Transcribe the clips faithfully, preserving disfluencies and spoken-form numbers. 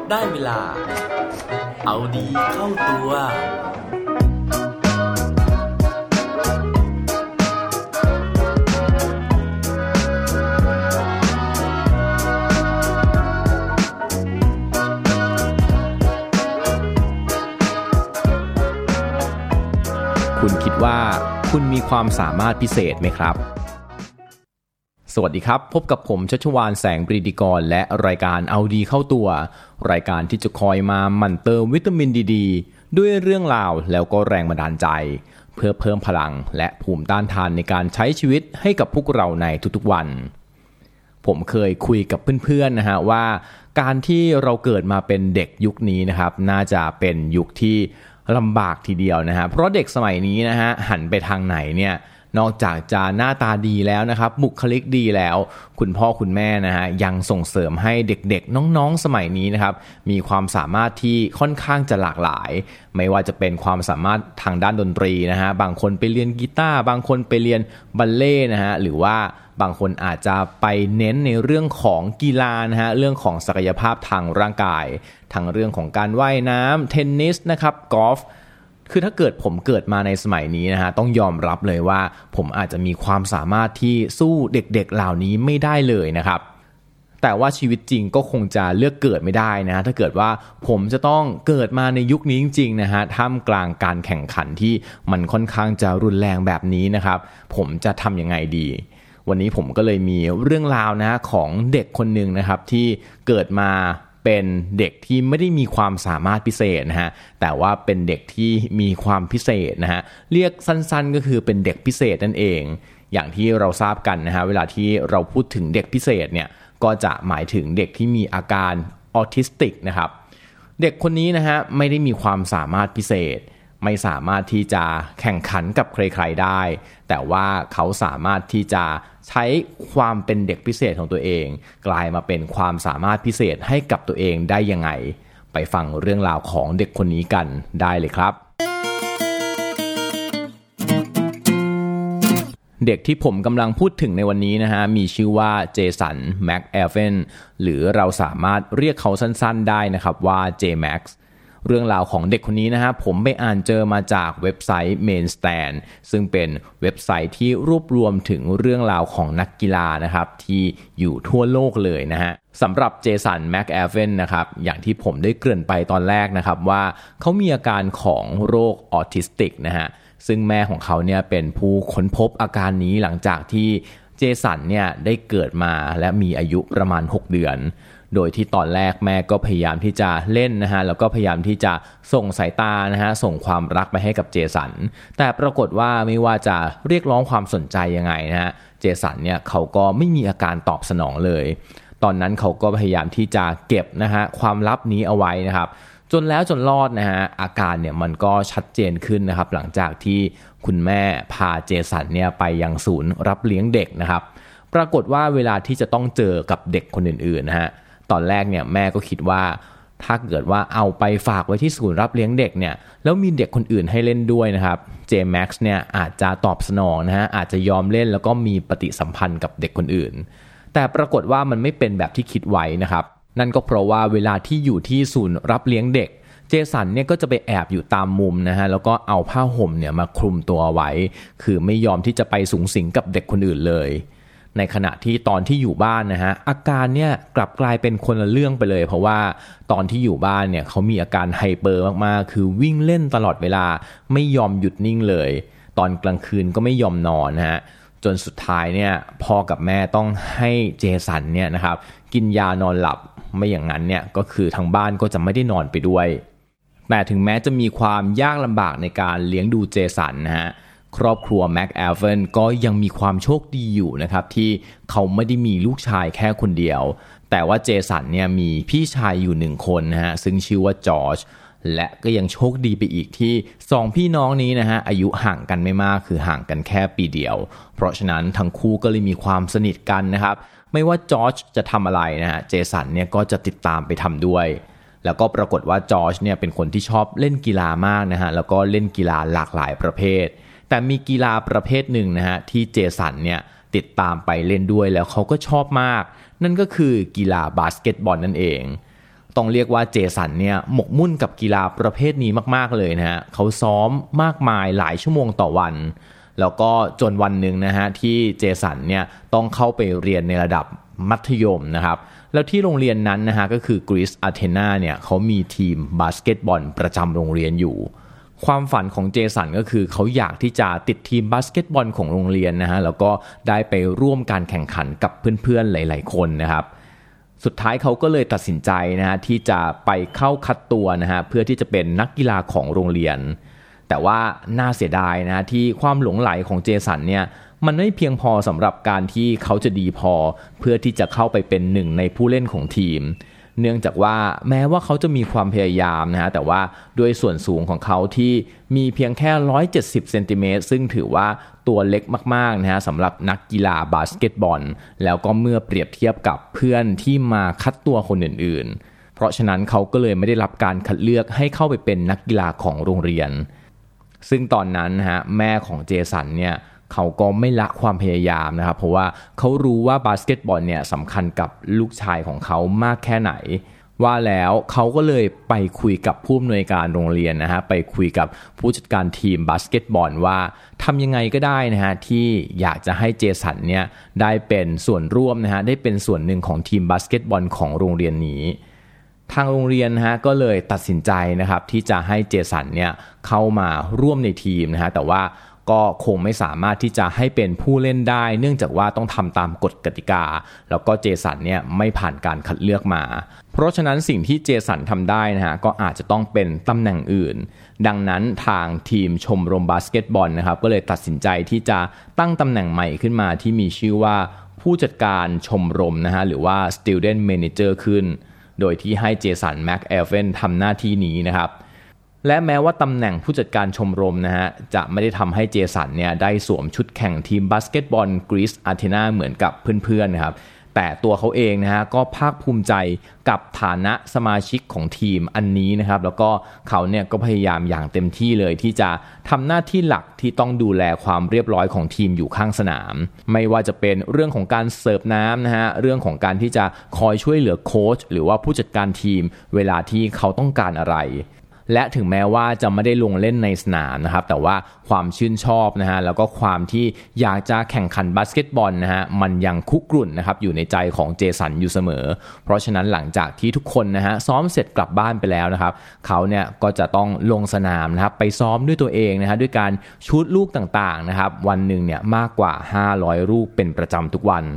ได้เวลาเอาดีเข้าตัวคุณคิดว่าคุณมีความสามารถพิเศษไหมครับสวัสดีครับพบกับผมชัชวาลแสงปรีดีกรและรายการเอาดีเข้าตัวรายการที่จะคอยมาหมั่นเติมวิตามินดีดีด้วยเรื่องราวแล้วก็แรงบันดาลใจเพื่อเพิ่มพลังและภูมิต้านทานในการใช้ชีวิตให้กับพวกเราในทุกๆวันผมเคยคุยกับเพื่อนๆนะฮะว่าการที่เราเกิดมาเป็นเด็กยุคนี้นะครับน่าจะเป็นยุคที่ลำบากทีเดียวนะฮะเพราะเด็กสมัยนี้นะฮะหันไปทางไหนเนี่ยนอกจากจะหน้าตาดีแล้วนะครับบุคลิกดีแล้วคุณพ่อคุณแม่นะฮะยังส่งเสริมให้เด็กๆน้องๆสมัยนี้นะครับมีความสามารถที่ค่อนข้างจะหลากหลายไม่ว่าจะเป็นความสามารถทางด้านดนตรีนะฮะบางคนไปเรียนกีตาร์บางคนไปเรียนบัลเล่ต์นะฮะหรือว่าบางคนอาจจะไปเน้นในเรื่องของกีฬานะฮะเรื่องของศักยภาพทางร่างกายทั้งเรื่องของการว่ายน้ำเทนนิสนะครับกอล์ฟคือถ้าเกิดผมเกิดมาในสมัยนี้นะฮะต้องยอมรับเลยว่าผมอาจจะมีความสามารถที่สู้เด็กๆเหล่านี้ไม่ได้เลยนะครับแต่ว่าชีวิตจริงก็คงจะเลือกเกิดไม่ได้นะฮะถ้าเกิดว่าผมจะต้องเกิดมาในยุคนี้จริงๆนะฮะท่ามกลางการแข่งขันที่มันค่อนข้างจะรุนแรงแบบนี้นะครับผมจะทำยังไงดีวันนี้ผมก็เลยมีเรื่องราวนะของเด็กคนหนึ่งนะครับที่เกิดมาเป็นเด็กที่ไม่ได้มีความสามารถพิเศษนะฮะแต่ว่าเป็นเด็กที่มีความพิเศษนะฮะเรียกสั้นๆก็คือเป็นเด็กพิเศษนั่นเองอย่างที่เราทราบกันนะฮะเวลาที่เราพูดถึงเด็กพิเศษเนี่ยก็จะหมายถึงเด็กที่มีอาการออทิสติกนะครับเด็กคนนี้นะฮะไม่ได้มีความสามารถพิเศษไม่สามารถที่จะแข่งขันกับใครๆได้แต่ว่าเขาสามารถที่จะใช้ความเป็นเด็กพิเศษของตัวเองกลายมาเป็นความสามารถพิเศษให้กับตัวเองได้ยังไงไปฟังเรื่องราวของเด็กคนนี้กันได้เลยครับเด็กที่ผมกำลังพูดถึงในวันนี้นะฮะมีชื่อว่าเจสันแม็กแอฟเฟนหรือเราสามารถเรียกเขาสั้นๆได้นะครับว่าเจแม็กซ์เรื่องราวของเด็กคนนี้นะฮะผมไปอ่านเจอมาจากเว็บไซต์ Mainstand ซึ่งเป็นเว็บไซต์ที่รวบรวมถึงเรื่องราวของนักกีฬานะครับที่อยู่ทั่วโลกเลยนะฮะสำหรับเจสันแม็กแอฟเฟนนะครับอย่างที่ผมได้เกริ่นไปตอนแรกนะครับว่าเขามีอาการของโรคออทิสติกนะฮะซึ่งแม่ของเขาเนี่ยเป็นผู้ค้นพบอาการนี้หลังจากที่เจสันเนี่ยได้เกิดมาและมีอายุประมาณหกเดือนโดยที่ตอนแรกแม่ก็พยายามที่จะเล่นนะฮะแล้วก็พยายามที่จะส่งสายตานะฮะส่งความรักไปให้กับเจสันแต่ปรากฏว่าไม่ว่าจะเรียกร้องความสนใจยังไงนะฮะเจสันเนี่ยเขาก็ไม่มีอาการตอบสนองเลยตอนนั้นเขาก็พยายามที่จะเก็บนะฮะความลับนี้เอาไว้นะครับจนแล้วจนรอดนะฮะอาการเนี่ยมันก็ชัดเจนขึ้นนะครับหลังจากที่คุณแม่พาเจสันเนี่ยไปยังศูนย์รับเลี้ยงเด็กนะครับปรากฏว่าเวลาที่จะต้องเจอกับเด็กคนอื่นๆนะฮะตอนแรกเนี่ยแม่ก็คิดว่าถ้าเกิดว่าเอาไปฝากไว้ที่ศูนย์รับเลี้ยงเด็กเนี่ยแล้วมีเด็กคนอื่นให้เล่นด้วยนะครับเจแม็กซ์เนี่ยอาจจะตอบสนองนะฮะอาจจะยอมเล่นแล้วก็มีปฏิสัมพันธ์กับเด็กคนอื่นแต่ปรากฏว่ามันไม่เป็นแบบที่คิดไว้นะครับนั่นก็เพราะว่าเวลาที่อยู่ที่ศูนย์รับเลี้ยงเด็กเจสันเนี่ยก็จะไปแอบอยู่ตามมุมนะฮะแล้วก็เอาผ้าห่มเนี่ยมาคลุมตัวไว้คือไม่ยอมที่จะไปสุงสิงกับเด็กคนอื่นเลยในขณะที่ตอนที่อยู่บ้านนะฮะอาการเนี่ยกลับกลายเป็นคนละเรื่องไปเลยเพราะว่าตอนที่อยู่บ้านเนี่ยเขามีอาการไฮเปอร์มากๆคือวิ่งเล่นตลอดเวลาไม่ยอมหยุดนิ่งเลยตอนกลางคืนก็ไม่ยอมนอนนะฮะจนสุดท้ายเนี่ยพ่อกับแม่ต้องให้เจสันเนี่ยนะครับกินยานอนหลับไม่อย่างนั้นเนี่ยก็คือทางบ้านก็จะไม่ได้นอนไปด้วยแต่ถึงแม้จะมีความยากลำบากในการเลี้ยงดูเจสันนะฮะครอบครัวแม็กแอฟเฟนก็ยังมีความโชคดีอยู่นะครับที่เขาไม่ได้มีลูกชายแค่คนเดียวแต่ว่าเจสันเนี่ยมีพี่ชายอยู่หนึ่งคนนะฮะซึ่งชื่อว่าจอร์จและก็ยังโชคดีไปอีกที่สองพี่น้องนี้นะฮะอายุห่างกันไม่มากคือห่างกันแค่ปีเดียวเพราะฉะนั้นทั้งคู่ก็เลยมีความสนิทกันนะครับไม่ว่าจอร์จจะทำอะไรนะฮะเจสันเนี่ยก็จะติดตามไปทำด้วยแล้วก็ปรากฏว่าจอร์จเนี่ยเป็นคนที่ชอบเล่นกีฬามากนะฮะแล้วก็เล่นกีฬาหลากหลายประเภทแต่มีกีฬาประเภทหนึ่งนะฮะที่เจสันเนี่ยติดตามไปเล่นด้วยแล้วเขาก็ชอบมากนั่นก็คือกีฬาบาสเกตบอลนั่นเองต้องเรียกว่าเจสันเนี่ยหมกมุ่นกับกีฬาประเภทนี้มากๆเลยนะฮะเขาซ้อมมากมายหลายชั่วโมงต่อวันแล้วก็จนวันหนึ่งนะฮะที่เจสันเนี่ยต้องเข้าไปเรียนในระดับมัธยมนะครับแล้วที่โรงเรียนนั้นนะฮะก็คือกรีซอาเทนาเนี่ยเขามีทีมบาสเกตบอลประจำโรงเรียนอยู่ความฝันของเจสันก็คือเขาอยากที่จะติดทีมบาสเกตบอลของโรงเรียนนะฮะแล้วก็ได้ไปร่วมการแข่งขันกับเพื่อนๆหลายๆคนนะครับสุดท้ายเขาก็เลยตัดสินใจนะฮะที่จะไปเข้าคัดตัวนะฮะเพื่อที่จะเป็นนักกีฬาของโรงเรียนแต่ว่าน่าเสียดายนะที่ความหลงใหลของเจสันเนี่ยมันไม่เพียงพอสำหรับการที่เขาจะดีพอเพื่อที่จะเข้าไปเป็นหนึ่งในผู้เล่นของทีมเนื่องจากว่าแม้ว่าเขาจะมีความพยายามนะฮะแต่ว่าด้วยส่วนสูงของเขาที่มีเพียงแค่หนึ่งร้อยเจ็ดสิบเซนติเมตรซึ่งถือว่าตัวเล็กมากๆนะฮะสำหรับนักกีฬาบาสเกตบอลแล้วก็เมื่อเปรียบเทียบกับเพื่อนที่มาคัดตัวคนอื่นๆเพราะฉะนั้นเขาก็เลยไม่ได้รับการคัดเลือกให้เข้าไปเป็นนักกีฬาของโรงเรียนซึ่งตอนนั้นนะฮะแม่ของเจสันเนี่ยเขาก็ไม่ละความพยายามนะครับเพราะว่าเขารู้ว่าบาสเกตบอลเนี่ยสำคัญกับลูกชายของเขามากแค่ไหนว่าแล้วเขาก็เลยไปคุยกับผู้อำนวยการโรงเรียนนะฮะไปคุยกับผู้จัดการทีมบาสเกตบอลว่าทำยังไงก็ได้นะฮะที่อยากจะให้เจสันเนี่ยได้เป็นส่วนร่วมนะฮะได้เป็นส่วนหนึ่งของทีมบาสเกตบอลของโรงเรียนนี้ทางโรงเรียนนะฮะก็เลยตัดสินใจนะครับที่จะให้เจสันเนี่ยเข้ามาร่วมในทีมนะฮะแต่ว่าก็คงไม่สามารถที่จะให้เป็นผู้เล่นได้เนื่องจากว่าต้องทำตามกฎกติกาแล้วก็เจสันเนี่ยไม่ผ่านการคัดเลือกมาเพราะฉะนั้นสิ่งที่เจสันทำได้นะฮะก็อาจจะต้องเป็นตำแหน่งอื่นดังนั้นทางทีมชมรมบาสเกตบอลนะครับก็เลยตัดสินใจที่จะตั้งตำแหน่งใหม่ขึ้นมาที่มีชื่อว่าผู้จัดการชมรมนะฮะหรือว่า Student Manager ขึ้นโดยที่ให้เจสันแม็กแอลเฟนทำหน้าที่นี้นะครับและแม้ว่าตำแหน่งผู้จัดการชมรมนะฮะจะไม่ได้ทำให้เจสันเนี่ยได้สวมชุดแข่งทีมบาสเกตบอลกรีซอาเทนาเหมือนกับเพื่อนๆนะครับแต่ตัวเขาเองนะฮะก็ภาคภูมิใจกับฐานะสมาชิกของทีมอันนี้นะครับแล้วก็เขาเนี่ยก็พยายามอย่างเต็มที่เลยที่จะทำหน้าที่หลักที่ต้องดูแลความเรียบร้อยของทีมอยู่ข้างสนามไม่ว่าจะเป็นเรื่องของการเสิร์ฟน้ำนะฮะเรื่องของการที่จะคอยช่วยเหลือโค้ชหรือว่าผู้จัดการทีมเวลาที่เขาต้องการอะไรและถึงแม้ว่าจะไม่ได้ลงเล่นในสนามนะครับแต่ว่าความชื่นชอบนะฮะแล้วก็ความที่อยากจะแข่งขันบาสเกตบอลนะฮะมันยังคุกรุ่นนะครับอยู่ในใจของเจสันอยู่เสมอเพราะฉะนั้นหลังจากที่ทุกคนนะฮะซ้อมเสร็จกลับบ้านไปแล้วนะครับเขาเนี่ยก็จะต้องลงสนามนะครับไปซ้อมด้วยตัวเองนะฮะด้วยการชูตลูกต่างๆนะครับวันหนึ่งเนี่ยมากกว่าห้าร้อยลูกเป็นประจำทุกวัน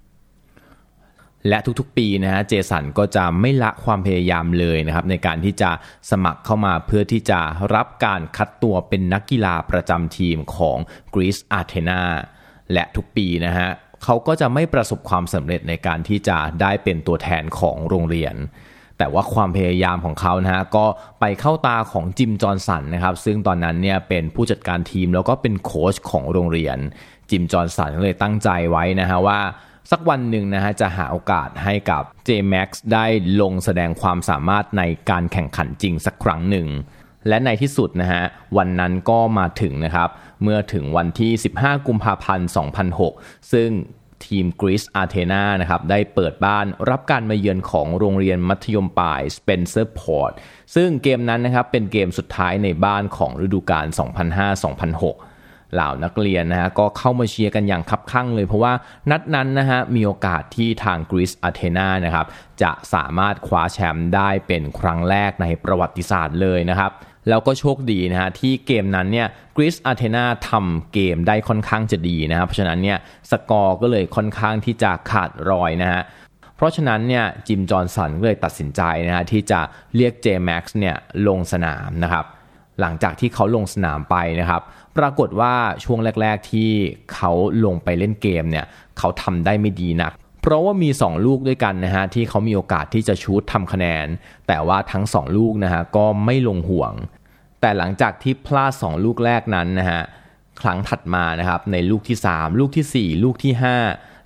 และทุกๆปีนะฮะเจสันก็จะไม่ละความพยายามเลยนะครับในการที่จะสมัครเข้ามาเพื่อที่จะรับการคัดตัวเป็นนักกีฬาประจำทีมของกรีซอาเทนาและทุกปีนะฮะเขาก็จะไม่ประสบความสำเร็จในการที่จะได้เป็นตัวแทนของโรงเรียนแต่ว่าความพยายามของเขานะฮะก็ไปเข้าตาของจิมจอห์นสันนะครับซึ่งตอนนั้นเนี่ยเป็นผู้จัดการทีมแล้วก็เป็นโค้ชของโรงเรียนจิมจอห์นสันเลยตั้งใจไว้นะฮะว่าสักวันหนึ่งนะฮะจะหาโอกาสให้กับ J Max ได้ลงแสดงความสามารถในการแข่งขันจริงสักครั้งหนึ่งและในที่สุดนะฮะวันนั้นก็มาถึงนะครับเมื่อถึงวันที่สิบห้ากุมภาพันธ์สองพันหกซึ่งทีมกรีซอาเทนานะครับได้เปิดบ้านรับการมาเยือนของโรงเรียนมัธยมปลาย Spencer Port ซึ่งเกมนั้นนะครับเป็นเกมสุดท้ายในบ้านของฤดูกาล สองพันห้า สองพันหกเหล่านักเรียนนะฮะก็เข้ามาเชียร์กันอย่างคับคั่งเลยเพราะว่านัดนั้นนะฮะมีโอกาสที่ทางกรีซอาเทนานะครับจะสามารถคว้าแชมป์ได้เป็นครั้งแรกในประวัติศาสตร์เลยนะครับแล้วก็โชคดีนะฮะที่เกมนั้นเนี่ยกรีซอาเทนาทำเกมได้ค่อนข้างจะดีนะครับเพราะฉะนั้นเนี่ยสกอร์ก็เลยค่อนข้างที่จะขาดรอยนะฮะเพราะฉะนั้นเนี่ยจิมจอห์นสันก็เลยตัดสินใจนะฮะที่จะเรียก J Max เนี่ยลงสนามนะครับหลังจากที่เขาลงสนามไปนะครับปรากฏว่าช่วงแรกๆที่เขาลงไปเล่นเกมเนี่ยเขาทำได้ไม่ดีนักเพราะว่ามีสองลูกด้วยกันนะฮะที่เขามีโอกาสที่จะชูตทำคะแนนแต่ว่าทั้งสองลูกนะฮะก็ไม่ลงห่วงแต่หลังจากที่พลาดสองลูกแรกนั้นนะฮะครั้งถัดมานะครับในลูกที่สามลูกที่สี่ลูกที่ห้า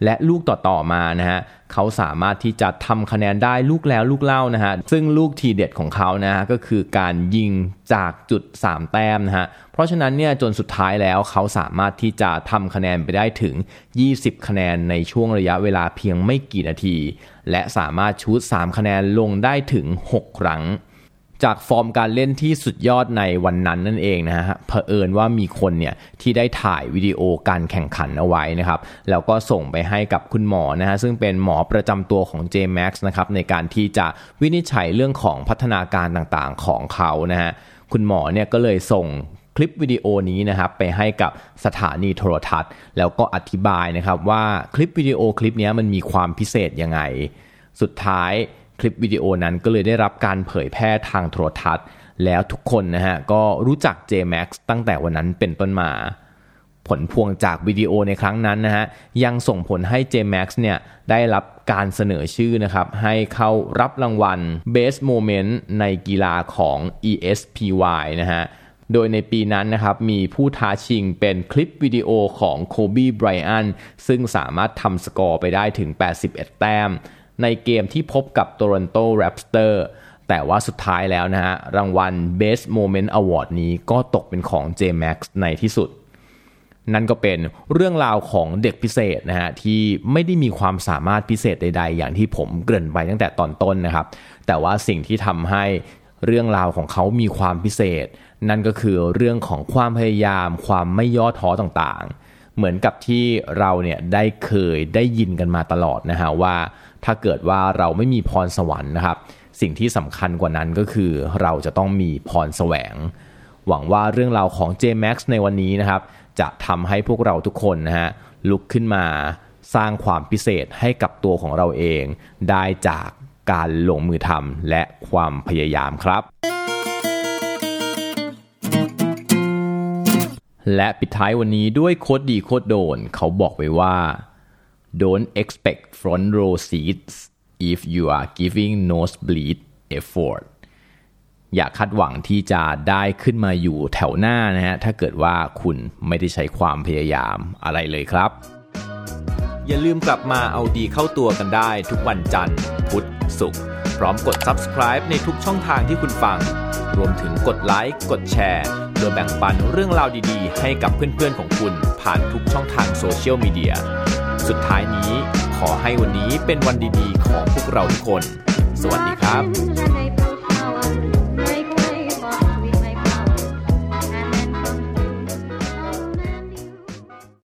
และลูกต่อๆมานะฮะเขาสามารถที่จะทำคะแนนได้ลูกแล้วลูกเล่านะฮะซึ่งลูกทีเด็ดของเขานะฮะก็คือการยิงจากจุดสามแต้มนะฮะเพราะฉะนั้นเนี่ยจนสุดท้ายแล้วเขาสามารถที่จะทำคะแนนไปได้ถึงยี่สิบคะแนนในช่วงระยะเวลาเพียงไม่กี่นาทีและสามารถชูตสามคะแนนลงได้ถึงหกครั้งจากฟอร์มการเล่นที่สุดยอดในวันนั้นนั่นเองนะฮะเผอิญว่ามีคนเนี่ยที่ได้ถ่ายวิดีโอการแข่งขันเอาไว้นะครับแล้วก็ส่งไปให้กับคุณหมอนะฮะซึ่งเป็นหมอประจำตัวของ เจ แม็กซ์ นะครับในการที่จะวินิจฉัยเรื่องของพัฒนาการต่างๆของเขานะฮะคุณหมอเนี่ยก็เลยส่งคลิปวิดีโอนี้นะครับไปให้กับสถานีโทรทัศน์แล้วก็อธิบายนะครับว่าคลิปวิดีโอคลิปนี้มันมีความพิเศษยังไงสุดท้ายคลิปวิดีโอนั้นก็เลยได้รับการเผยแพร่ทางโทรทัศน์แล้วทุกคนนะฮะก็รู้จัก เจ แม็กซ์ ตั้งแต่วันนั้นเป็นต้นมาผลพวงจากวิดีโอในครั้งนั้นนะฮะยังส่งผลให้ เจ แม็กซ์ เนี่ยได้รับการเสนอชื่อนะครับให้เข้ารับรางวัล Best Moment ในกีฬาของ อี เอส พี วาย นะฮะโดยในปีนั้นนะครับมีผู้ท้าชิงเป็นคลิปวิดีโอของโคบีไบรอันซึ่งสามารถทำสกอร์ไปได้ถึงแปดสิบเอ็ดแต้มในเกมที่พบกับโตรอนโตแรปเตอร์แต่ว่าสุดท้ายแล้วนะฮะรางวัล Best Moment Award นี้ก็ตกเป็นของ เจ แม็กซ์ ในที่สุดนั่นก็เป็นเรื่องราวของเด็กพิเศษนะฮะที่ไม่ได้มีความสามารถพิเศษใดๆอย่างที่ผมเกริ่นไปตั้งแต่ตอนต้นนะครับแต่ว่าสิ่งที่ทำให้เรื่องราวของเขามีความพิเศษนั่นก็คือเรื่องของความพยายามความไม่ย่อท้อต่างๆเหมือนกับที่เราเนี่ยได้เคยได้ยินกันมาตลอดนะฮะว่าถ้าเกิดว่าเราไม่มีพรสวรรค์นะครับสิ่งที่สำคัญกว่านั้นก็คือเราจะต้องมีพรแสวงหวังว่าเรื่องราวของ เจ แม็กซ์ ในวันนี้นะครับจะทำให้พวกเราทุกคนนะฮะลุกขึ้นมาสร้างความพิเศษให้กับตัวของเราเองได้จากการลงมือทำและความพยายามครับและปิดท้ายวันนี้ด้วยโค้ดดีโค้ดโดนเขาบอกไว้ว่า Don't expect front row seats if you are giving nosebleed effort อย่าคาดหวังที่จะได้ขึ้นมาอยู่แถวหน้านะฮะถ้าเกิดว่าคุณไม่ได้ใช้ความพยายามอะไรเลยครับอย่าลืมกลับมาเอาดีเข้าตัวกันได้ทุกวันจันทร์พุธศุกร์พร้อมกด Subscribe ในทุกช่องทางที่คุณฟังรวมถึงกดไลค์กดแชร์เพื่อแบ่งปันเรื่องราวดีๆให้กับเพื่อนๆของคุณผ่านทุกช่องทางโซเชียลมีเดียสุดท้ายนี้ขอให้วันนี้เป็นวันดีๆของพวกเราทุกคนสวัสดีครับ